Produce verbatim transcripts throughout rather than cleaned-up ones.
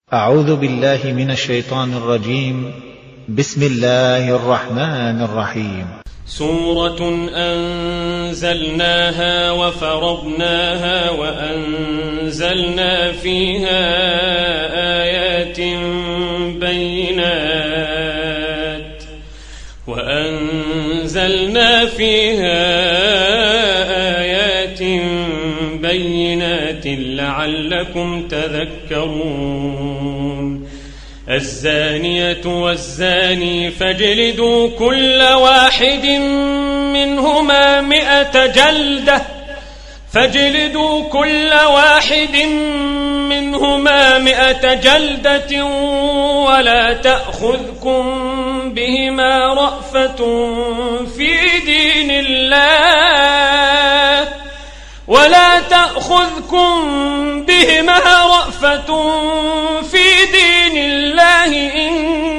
أعوذ بالله من الشيطان الرجيم. بسم الله الرحمن الرحيم. سورة أنزلناها وفرضناها وأنزلنا فيها آيات بينات وأنزلنا فيها آيات بينات لعلكم تذكرون. الزانية والزاني فاجلدوا كل واحد منهما مئة جلدة فاجلدوا كل واحد منهما مئة جلدة ولا تأخذكم بهما رأفة في دين الله ولا تأخذكم بهما رأفة في دين الله إن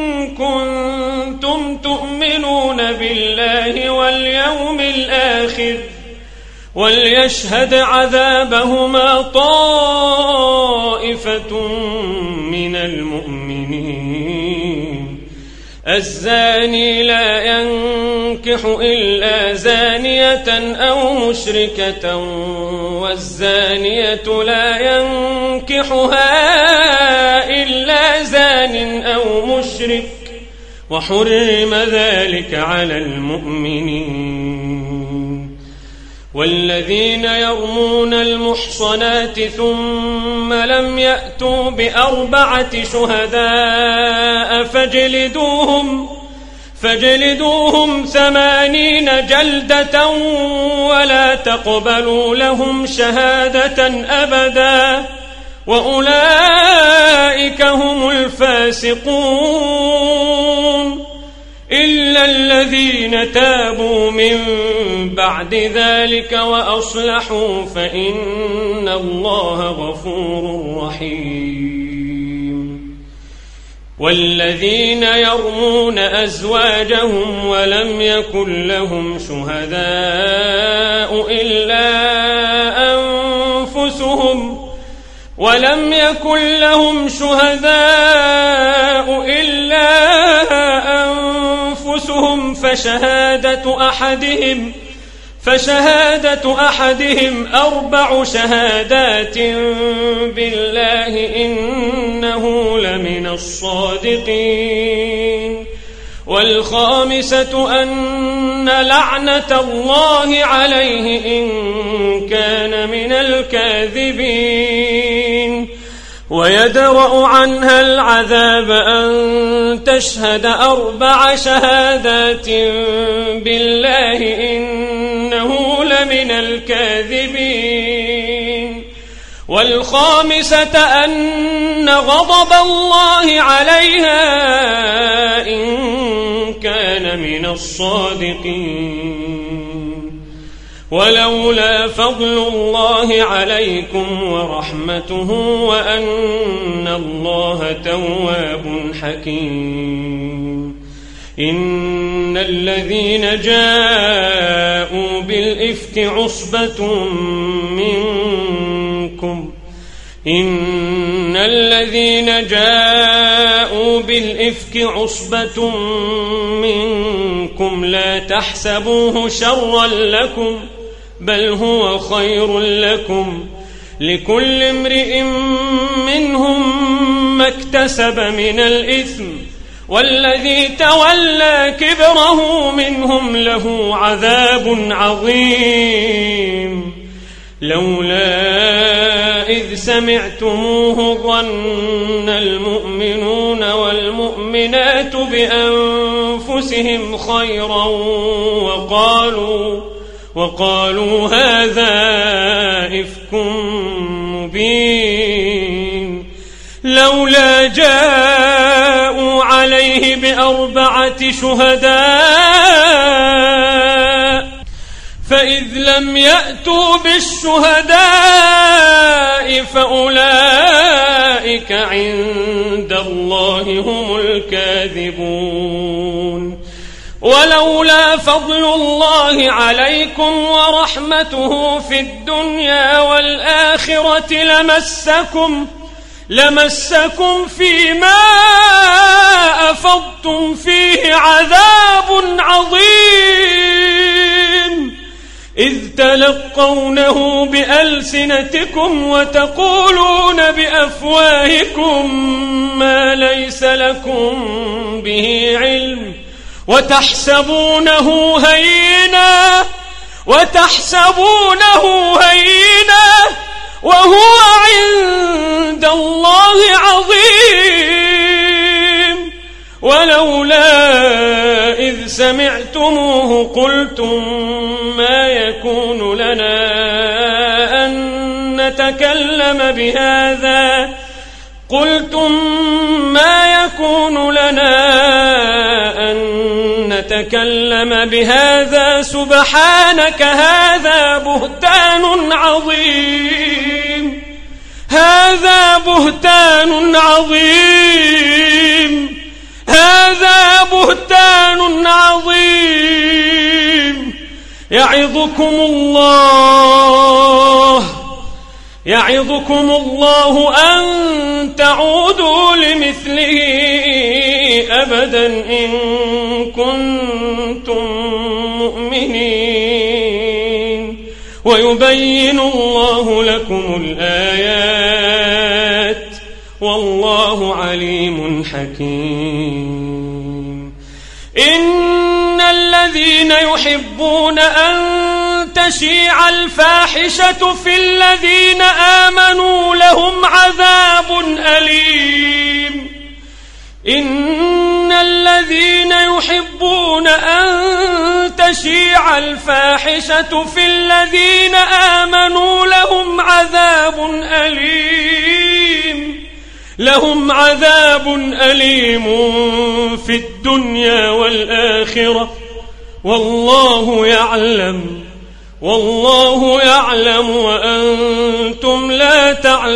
كنتم تؤمنون بالله واليوم الآخر وليشهد عذابهما طائفة من المؤمنين. الزاني لا ينكح إلا زانية أو مشركة والزانية لا ينكحها إلا زان أو مشرك وحرم ذلك على المؤمنين. والذين يرمون المحصنات ثم لم يأتوا بأربعة شهداء فاجلدوهم فاجلدوهم ثمانين جلدة ولا تقبلوا لهم شهادة أبدا وأولئك هم الفاسقون إلا الذين تابوا من بعد ذلك وأصلحوا فإن الله غفور رحيم. والذين يرمون أزواجهم ولم يكن لهم شهداء إلا أنفسهم ولم يكن لهم شهداء إلا أنفسهم فشهادة أحدهم فشهادة أحدهم أربع شهادات بالله إنه لمن الصادقين. والخامسة أن لعنة الله عليه إن كان من الكاذبين. ويدرأ عنها العذاب أن تشهد أربع شهادات بالله إنه لمن الكاذبين. والخامسة أن غضب الله عليها إن كان من الصادقين. ولولا فضل الله عليكم ورحمته وأن الله تواب حكيم. إن الذين جاءوا بالإفك عصبة منكم إن الذين جاءوا بالإفك عصبة منكم لا تحسبوه شرا لكم بل هو خير لكم لكل امرئ منهم ما اكتسب من الإثم والذي تولى كبره منهم له عذاب عظيم. لولا إذ سمعتموه ظن المؤمنون والمؤمنات بأنفسهم خيرا وقالوا وقالوا هذا إفك مبين. لولا جاءوا عليه بأربعة شهداء فإذ لم يأتوا بالشهداء فأولئك عند الله هم الكاذبون. ولولا فضل الله عليكم ورحمته في الدنيا والآخرة لمسكم لمسكم فيما أفضتم فيه عذاب عظيم إذ تلقونه بألسنتكم وتقولون بأفواهكم ما ليس لكم به علم وتحسبونه هينا وتحسبونه هينا وهو عند الله عظيم ولولا إذ سمعتموه قلتم ما يكون لنا أن نتكلم بهذا قلتم ما يكون لنا أن نتكلم بهذا سبحانك هذا بهتان عظيم هذا بهتان عظيم هذا بهتان عظيم يعظكم الله يعظكم الله أن تعودوا لمثله أبدا إن كنتم مؤمنين ويبين الله لكم الآيات والله عليم حكيم إن الذين يحبون أن تشيع الفاحشة في الذين آمنوا لهم عذاب أليم إن الذين يحبون أن تشيع الفاحشة في الذين آمنوا لهم عذاب أليم لهم عذاب أليم في الدنيا والآخرة والله يعلم والله يعلم وأنتم لا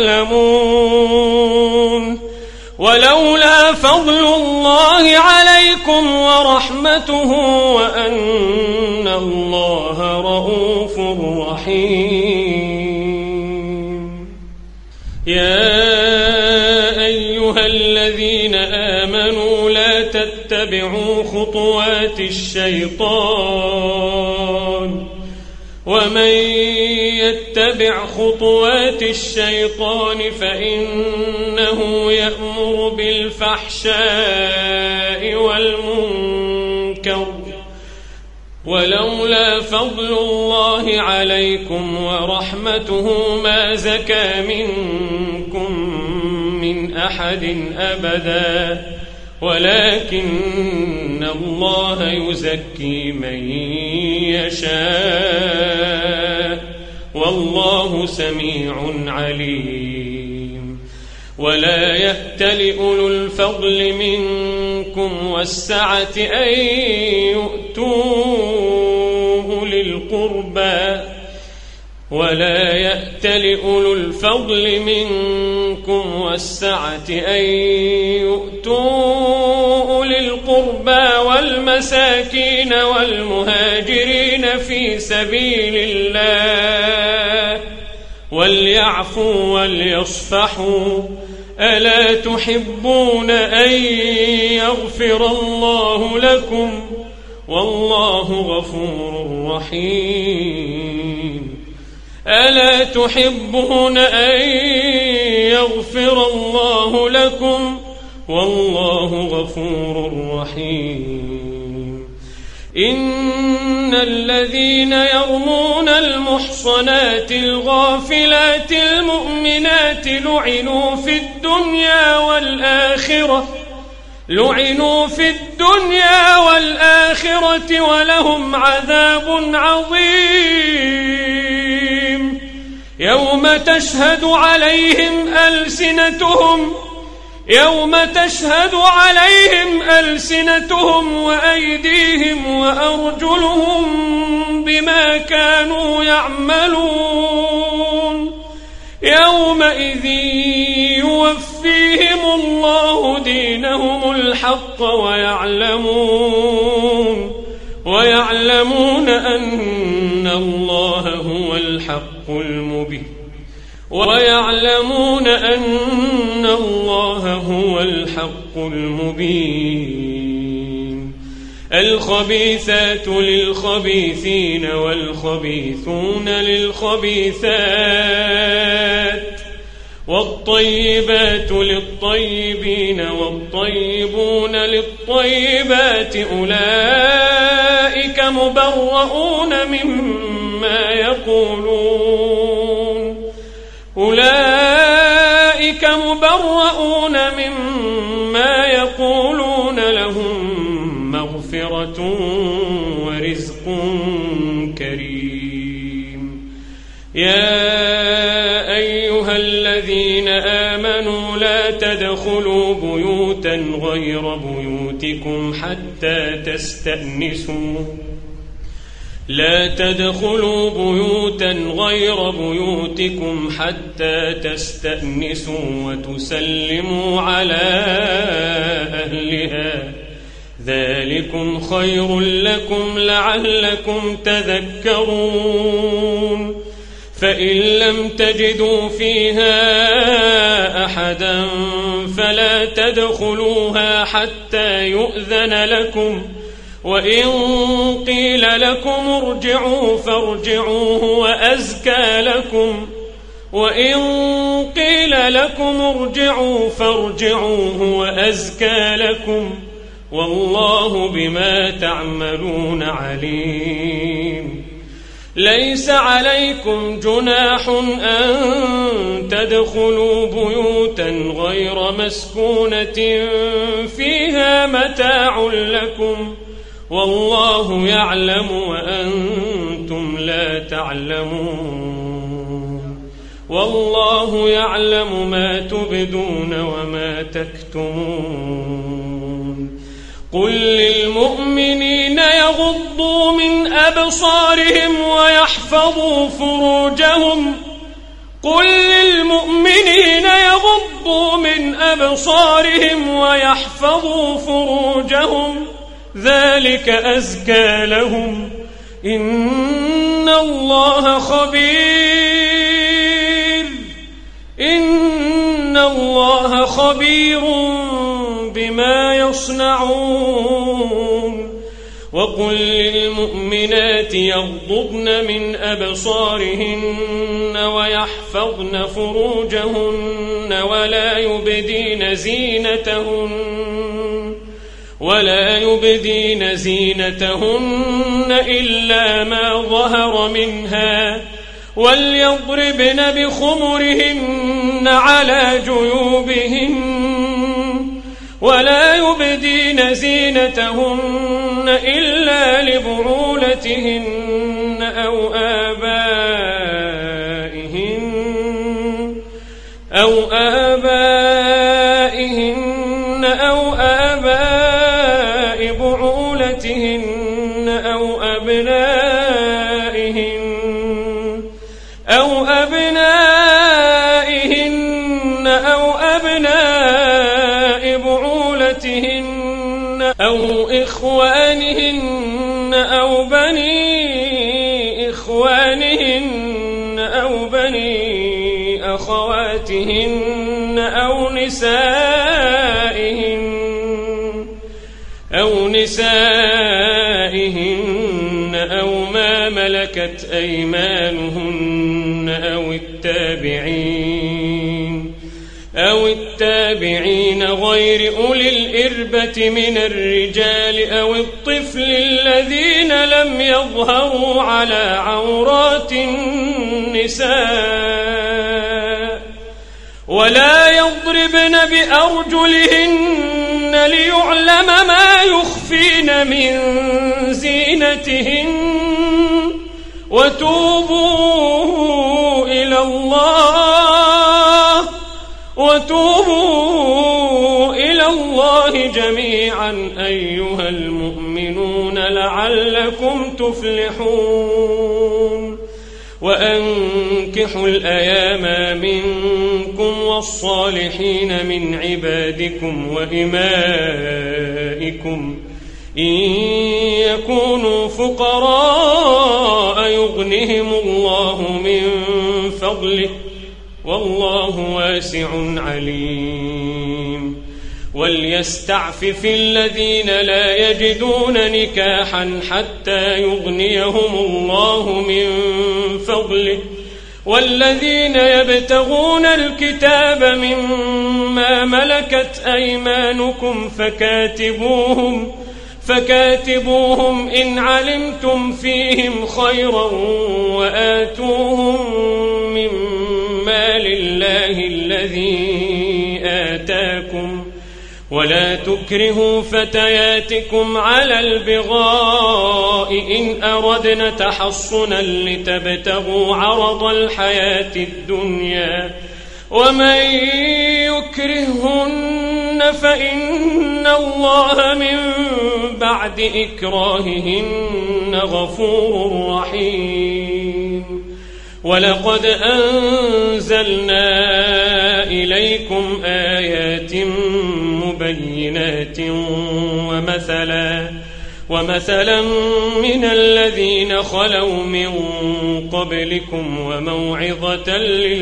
تعلمون ولولا فضل الله عليكم ورحمته وأن الله رؤوف رحيم يا أيها الذين آمنوا لا تتبعوا خطوات الشيطان ومن يتبع خطوات الشيطان فإنه يأمر بالفحشاء والمنكر ولولا فضل الله عليكم ورحمته ما زكى منكم من أحد أبدا ولكن الله يزكي من يشاء والله سميع عليم ولا يأتل أولو الفضل منكم والسعة أن يؤتوا أولي القربى ولا يأتل أولو الفضل منكم والسعة أن يؤتوا أولي القربى والمساكين والمهاجرين في سبيل الله وليعفوا وليصفحوا ألا تحبون أن يغفر الله لكم والله غفور رحيم ألا تحبون أن يغفر الله لكم والله غفور رحيم إن الذين يرمون المحصنات الغافلات المؤمنات لعنوا في الدنيا والآخرة لعنوا في الدنيا والآخرة ولهم عذاب عظيم يوم تشهد عليهم ألسنتهم يوم تشهد عليهم ألسنتهم وأيديهم وأرجلهم بما كانوا يعملون يومئذ يوفيهم الله دينهم الحق ويعلمون ويعلمون أن الله هو الحق المبين ويعلمون أن الله هو الحق المبين. الخبيثات للخبيثين والخبيثون للخبيثات والطيبات للطيبين والطيبون للطيبات أولئك مبرؤون مما يقولون أولئك مبرؤون مما يقولون لهم مغفرة ورزق كريم. يا أيها الذين آمنوا لا تدخلوا بيوتا غير بيوتكم حتى تستأنسوا لا تدخلوا بيوتا غير بيوتكم حتى تستأنسوا وتسلموا على أهلها ذلكم خير لكم لعلكم تذكرون. فإن لم تجدوا فيها أحدا فلا تدخلوها حتى يؤذن لكم وإن قيل لكم ارجعوا فارجعوا هو أزكى لكم وإن قيل لكم ارجعوا فارجعوا هو أزكى لكم والله بما تعملون عليم. ليس عليكم جناح أن تدخلوا بيوتا غير مسكونة فيها متاع لكم والله يعلم وأنتم لا تعلمون. والله يعلم ما تبدون وما تكتمون. قل للمؤمنين يغضوا من أبصارهم ويحفظوا فروجهم قل للمؤمنين يغضوا من أبصارهم ويحفظوا فروجهم ذلك أزكى لهم إن الله خبير إن الله خبير بما يصنعون. وقل للمؤمنات يغضضن من أبصارهن ويحفظن فروجهن ولا يبدين زينتهن ولا يبدين زينتهن إلا ما ظهر منها وليضربن بخمرهن على جيوبهن ولا يبدين زينتهن إلا لبعولتهن أو آبائهن أو آبائهن أو آباء بعولتهن أو أبنائهن أو أبنائهن أو أبناء بعولتهن أو إخوانهن أو بني إخوانهن أو بني أخواتهن أو نسائهن أو نسائهن أو ما ملكت أيمانهن أو التابعين أو التابعين غير أولي الإربة من الرجال أو الطفل الذين لم يظهروا على عورات النساء ولا يضربن بأرجلهن ليعلم ما يخفين من زينتهن وتوبوا إلى الله وتوبوا إلى الله جميعا أيها المؤمنون لعلكم تفلحون. وأنكحوا الأيام منكم والصالحين من عبادكم وإمائكم إن يكونوا فقراء يغنهم الله من فضله والله واسع عليم. وليستعفف الذين لا يجدون نكاحا حتى يغنيهم الله من فضله والذين يبتغون الكتاب مما ملكت أيمانكم فكاتبوهم فكاتبوهم إن علمتم فيهم خيرا وآتوهم مما لله الذي آتاكم ولا تكرهوا فتياتكم على البغاء إن أردنا تحصنا لتبتغوا عرض الحياة الدنيا ومن يكرهن فإن الله من بعد إكراههن غفور رحيم. ولقد أنزلنا إليكم آيات مبينات ومثلا ومثلا من الذين خلوا من قبلكم وموعظة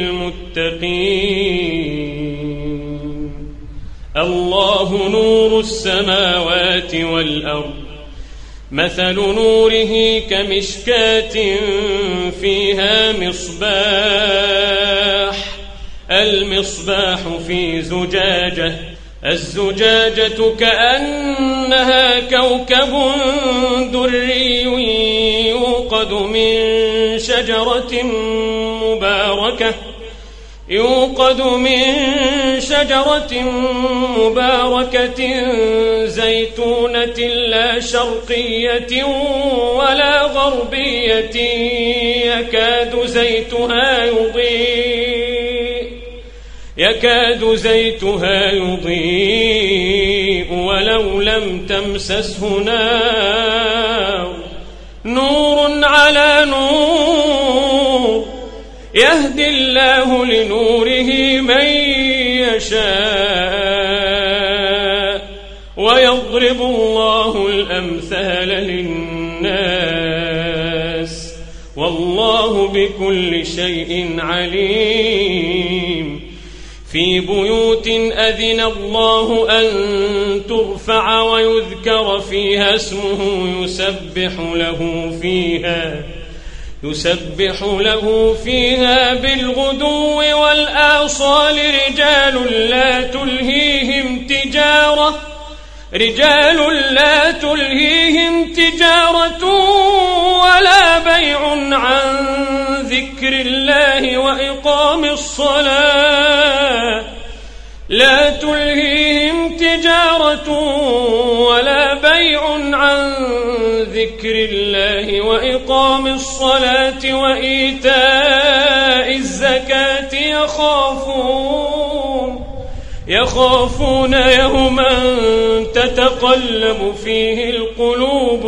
للمتقين. الله نور السماوات والأرض مثل نوره كمشكاة فيها مصباح المصباح في زجاجة الزجاجة كأنها كوكب دري يوقد من شجرة مباركة يوقد من شجرة مباركة زيتونة لا شرقية ولا غربية يكاد زيتها يضيء يكاد زيتها يضيء ولو لم تمسسه نار نور على نور يهدي الله لنوره من يشاء ويضرب الله الأمثال للناس والله بكل شيء عليم. في بيوت أذن الله أن ترفع ويذكر فيها اسمه يسبح له فيها يسبح له فيها بالغدو والآصال رجال لا تلهيهم تجارة رجال لا تلهيهم تجارة ولا بيع عن ذكر الله وإقام الصلاة لا تلهيهم تجارة ولا بيع عن ذكر الله وإقام الصلاة وإيتاء الزكاة يخافون يخافون يوما تتقلب فيه القلوب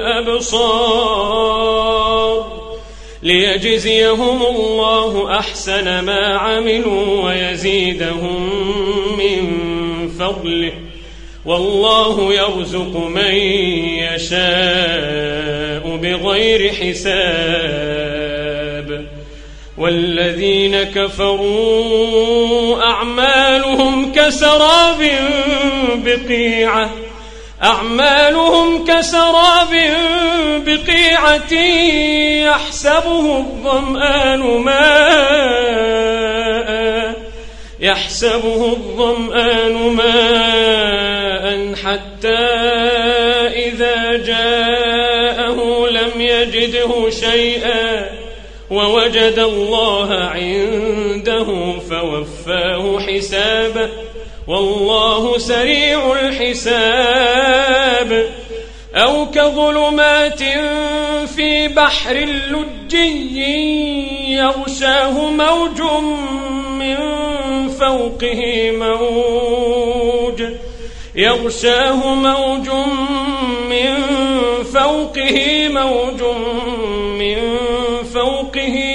والأبصار ليجزيهم الله أحسن ما عملوا ويزيدهم من فضله والله يرزق من يشاء بغير حساب. والذين كفروا أعمالهم كسراب بقيعة أعمالهم كسراب بقيعة يحسبه الظمآن ماء يحسبه الظمآن ماء حتى إذا جاءه لم يجده شيئا ووجد الله عنده فوفاه حسابه والله سريع الحساب. أو كظلمات في بحر لجي يغشاه موج من فوقه موج يغشاه موج من فوقه موج من فوقه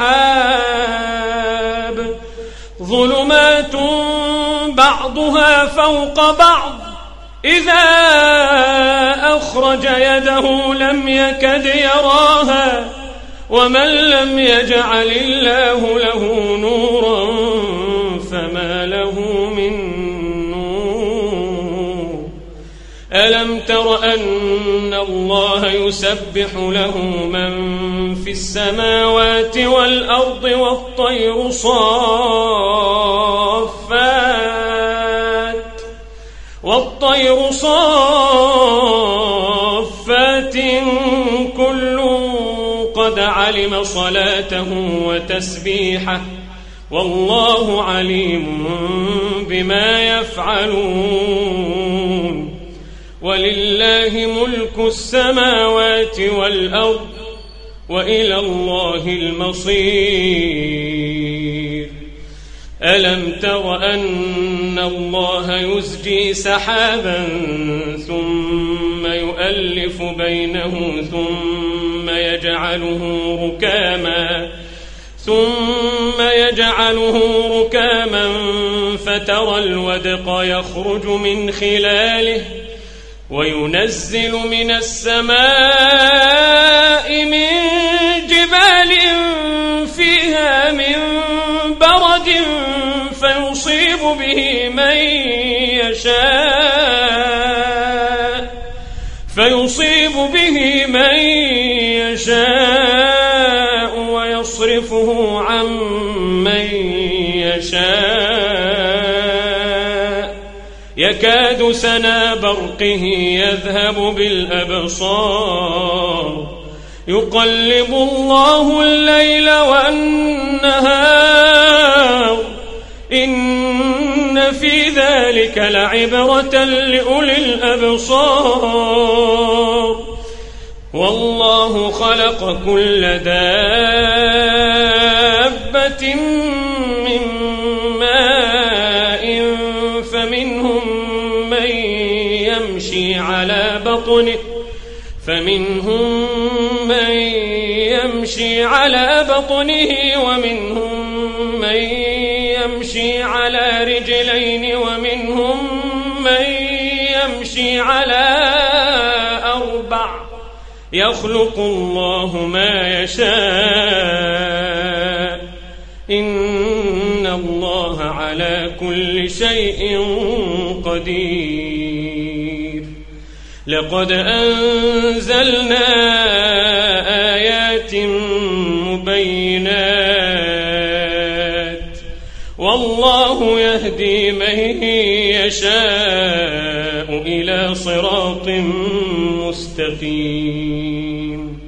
سحاب ظلمات بعضها فوق بعض إذا أخرج يده لم يكد يراها ومن لم يجعل الله له نورا فما له من نور. أن الله يسبح له من في السماوات والأرض والطير صافات والطير صافات كل قد علم صلاته وتسبيحه والله عليم بما يفعلون ولله ملك السماوات والأرض وإلى الله المصير ألم تر أن الله يزجي سحابا ثم يؤلف بينه ثم يجعله ركاما ثم يجعله ركاما فترى الودق يخرج من خلاله وينزل من السماء من جبال فيها من برد فيصيب به من يشاء فيصيب به من يشاء ويصرفه عن من يشاء يكاد سنا برقه يذهب بالأبصار يقلب الله الليل والنهار إن في ذلك لعبرة لأولي الأبصار والله خلق كل دابة من ماء فمنهم من يمشي على بطنه فمنهم من يمشي على بطنه ومنهم من يمشي على رجلين ومنهم من يمشي على أربع يخلق الله ما يشاء إن الله على كل شيء قدير لقد أنزلنا آيات مبينات والله يهدي من يشاء إلى صراط مستقيم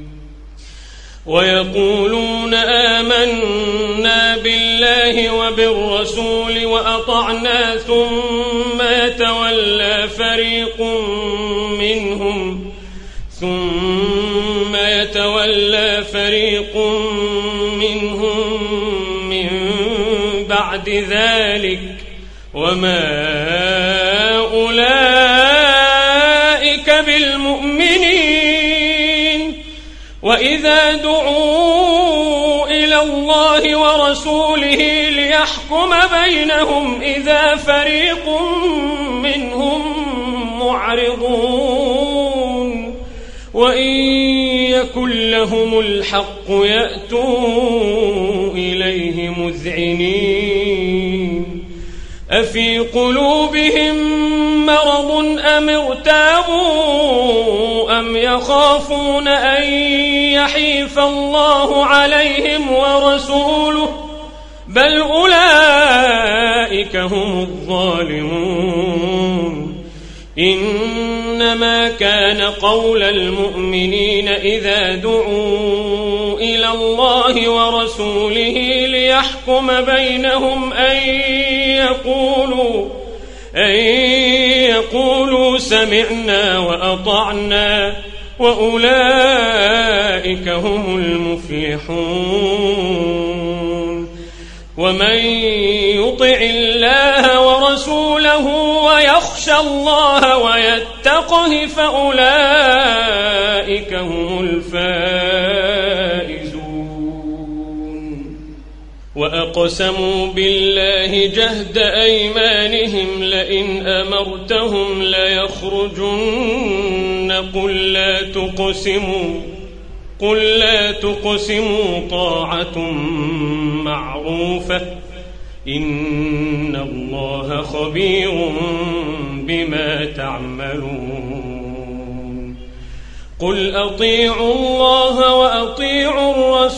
ويقولون آمنا بالله وبالرسول وأطعنا ثم يتولى فريق منهم ثم يتولى فريق منهم من بعد ذلك وما أولئك بالمؤمنين وإذا دعوا إلى الله ورسوله ليحكم بينهم إذا فريق منهم معرضون وإن يكن لهم الحق يأتوا إليه مذعنين أفي قلوبهم مرض أم ارتابوا أم يخافون أن يحيف الله عليهم ورسوله بل أولئك هم الظالمون إنما كان قول المؤمنين إذا دعوا إلى الله ورسوله ليحكم بينهم أن يقولوا أن يقولوا سمعنا وأطعنا وأولئك هم المفلحون ومن يطع الله ورسوله ويخشى الله ويتقه فأولئك هم الفائزون وأقسموا بالله جهد أيمانهم لئن أمرتهم ليخرجن قل لا تقسموا قل لا تقسموا طاعة معروفة إن الله خبير بما تعملون قل أطيعوا الله وأطيعوا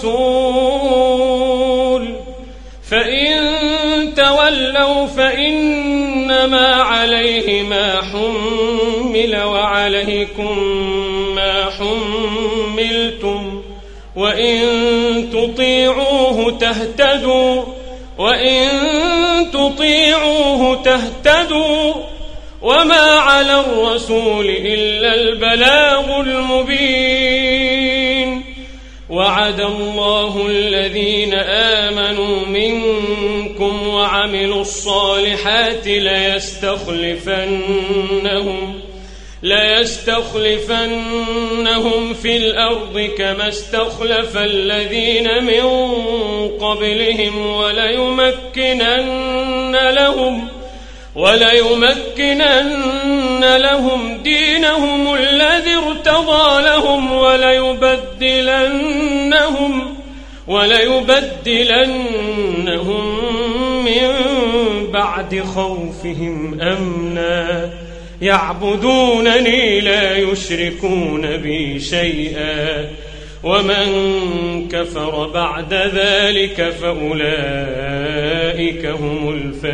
الرسول فإن تولوا فإنما عليه ما حمل وعليكم ما حملتم وإن تطيعوه تهتدوا وإن تطيعوه تهتدوا وما على الرسول إلا البلاغ المبين وعد الله الذين آمنوا منكم وعملوا الصالحات ليستخلفنهم ليستخلفنهم في الأرض كما استخلف الذين من قبلهم وليمكنن لهم وليمكنن لهم دينهم الذي ارتضى لهم وليبدلنهم وليبدلنهم من بعد خوفهم أمنا يعبدونني لا يشركون بي شيئا ومن كفر بعد ذلك فأولئك هم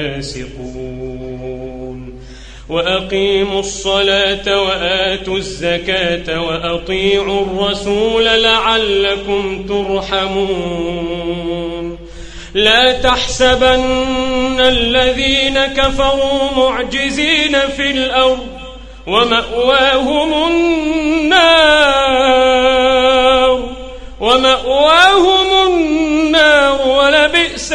الفاسقون وأقيموا الصلاة وآتوا الزكاة وأطيعوا الرسول لعلكم ترحمون لا تحسبن الذين كفروا معجزين في الأرض ومأواهم النار ومأواهم النار ولبئس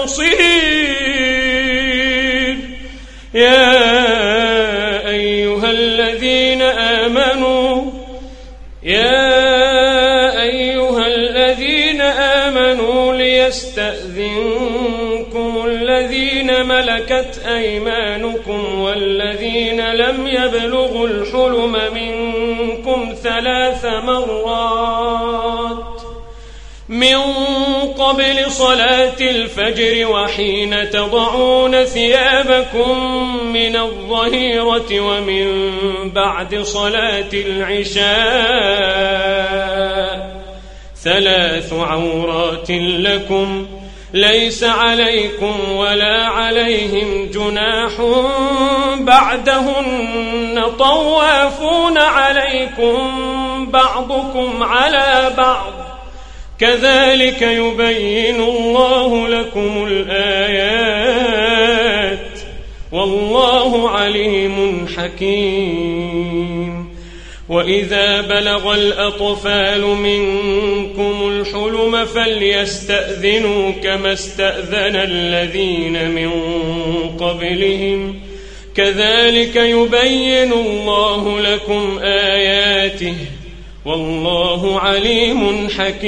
المصير يا أيها الذين آمنوا يا أيها الذين آمنوا ليستأذنكم الذين ملكت أيمانكم والذين لم يبلغوا الحلم منكم ثلاث مرات من قبل صلاة الفجر وحين تضعون ثيابكم من الظهيرة ومن بعد صلاة العشاء ثلاث عورات لكم ليس عليكم ولا عليهم جناح بعدهن طوافون عليكم بعضكم على بعض كذلك يبين الله لكم الآيات والله عليم حكيم وإذا بلغ الأطفال منكم الحلم فليستأذنوا كما استأذن الذين من قبلهم كذلك يبين الله لكم آياته والله عليم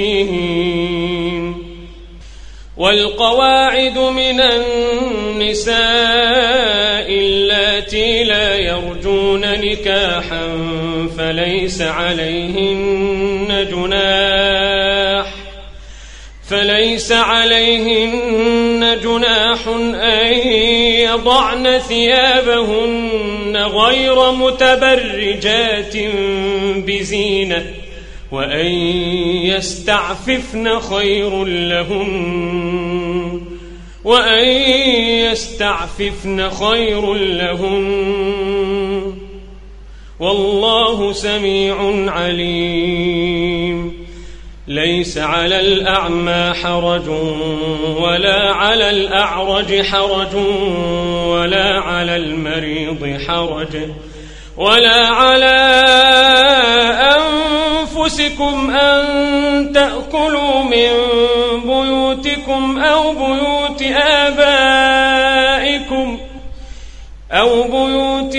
حكيم والقواعد من النساء اللاتي لا يرجون نكاحا فليس عليهن جناح فليس عليهن جناح أن يضعن ثيابهن غير متبرجات بزينة وأن يستعففن خير لهن وأن يستعففن خير لهن والله سميع عليم ليس على الأعمى حرج ولا على الأعرج حرج ولا على المريض حرج ولا على أنفسكم أن تأكلوا من بيوتكم أو بيوت آبائكم أو بيوت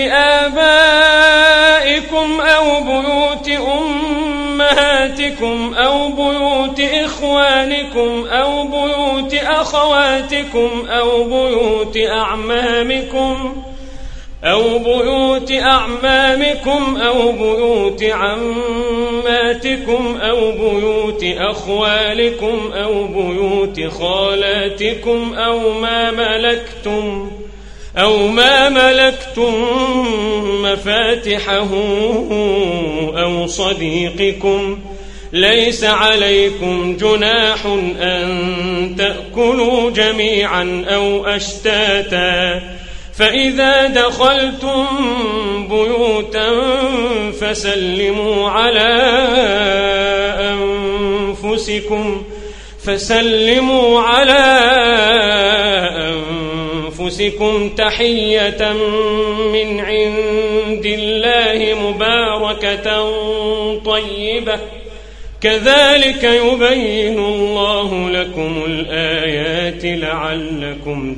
آبائكم أو بيوت أمهاتكم أو بيوت إخوانكم أو بيوت أخواتكم أو بيوت أعمامكم أو بيوت أعمامكم أو بيوت عماتكم أو بيوت أخوالكم أو بيوت خالاتكم أو ما ملكتم أو ما ملكتم مفاتحه أو صديقكم ليس عليكم جناح أن تأكلوا جميعا أو أشتاتا فإذا دخلتم بيوتا فسلموا على أنفسكم فسلموا على أنفسكم تحية من عند الله مباركة طيبة كذلك يبين الله لكم الآيات لعلكم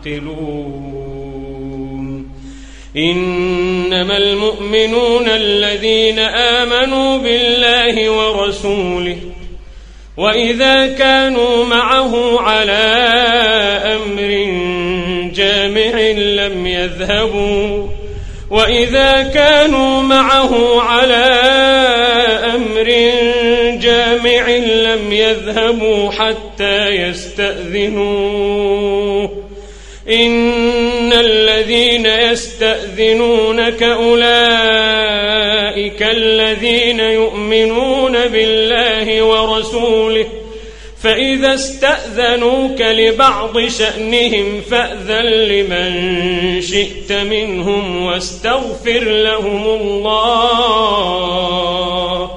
تعقلون إنما المؤمنون الذين آمنوا بالله ورسوله وإذا كانوا معه على أمر جامع لم يذهبوا وإذا كانوا معه على أمر جامع لم يذهبوا حتى يستأذنوه إن الذين يستأذنونك أولئك الذين يؤمنون بالله ورسوله فإذا استأذنوك لبعض شأنهم فأذن لمن شئت منهم واستغفر لهم الله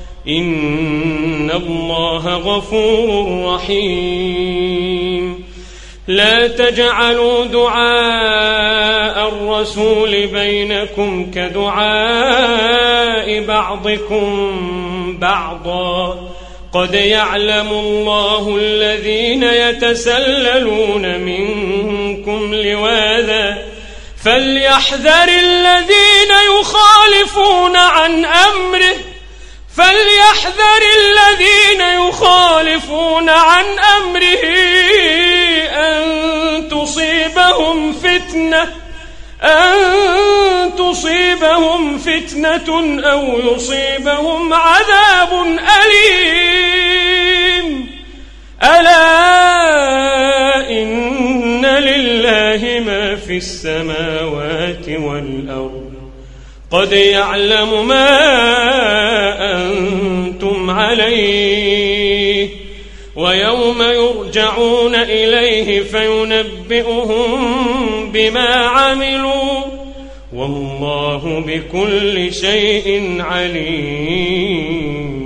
إن الله غفور رحيم لا تجعلوا دعاء الرسول بينكم كدعاء بعضكم بعضا قد يعلم الله الذين يتسللون منكم لواذا فليحذر الذين يخالفون عن أمره فليحذر الذين يخالفون عن أمره أن تصيبهم فتنة أن تصيبهم فتنة أو يصيبهم عذاب أليم ألا إن لله ما في السماوات والأرض قد يعلم ما أنتم عليه ويوم يرجعون إليه فينبئهم بما عملوا والله بكل شيء عليم.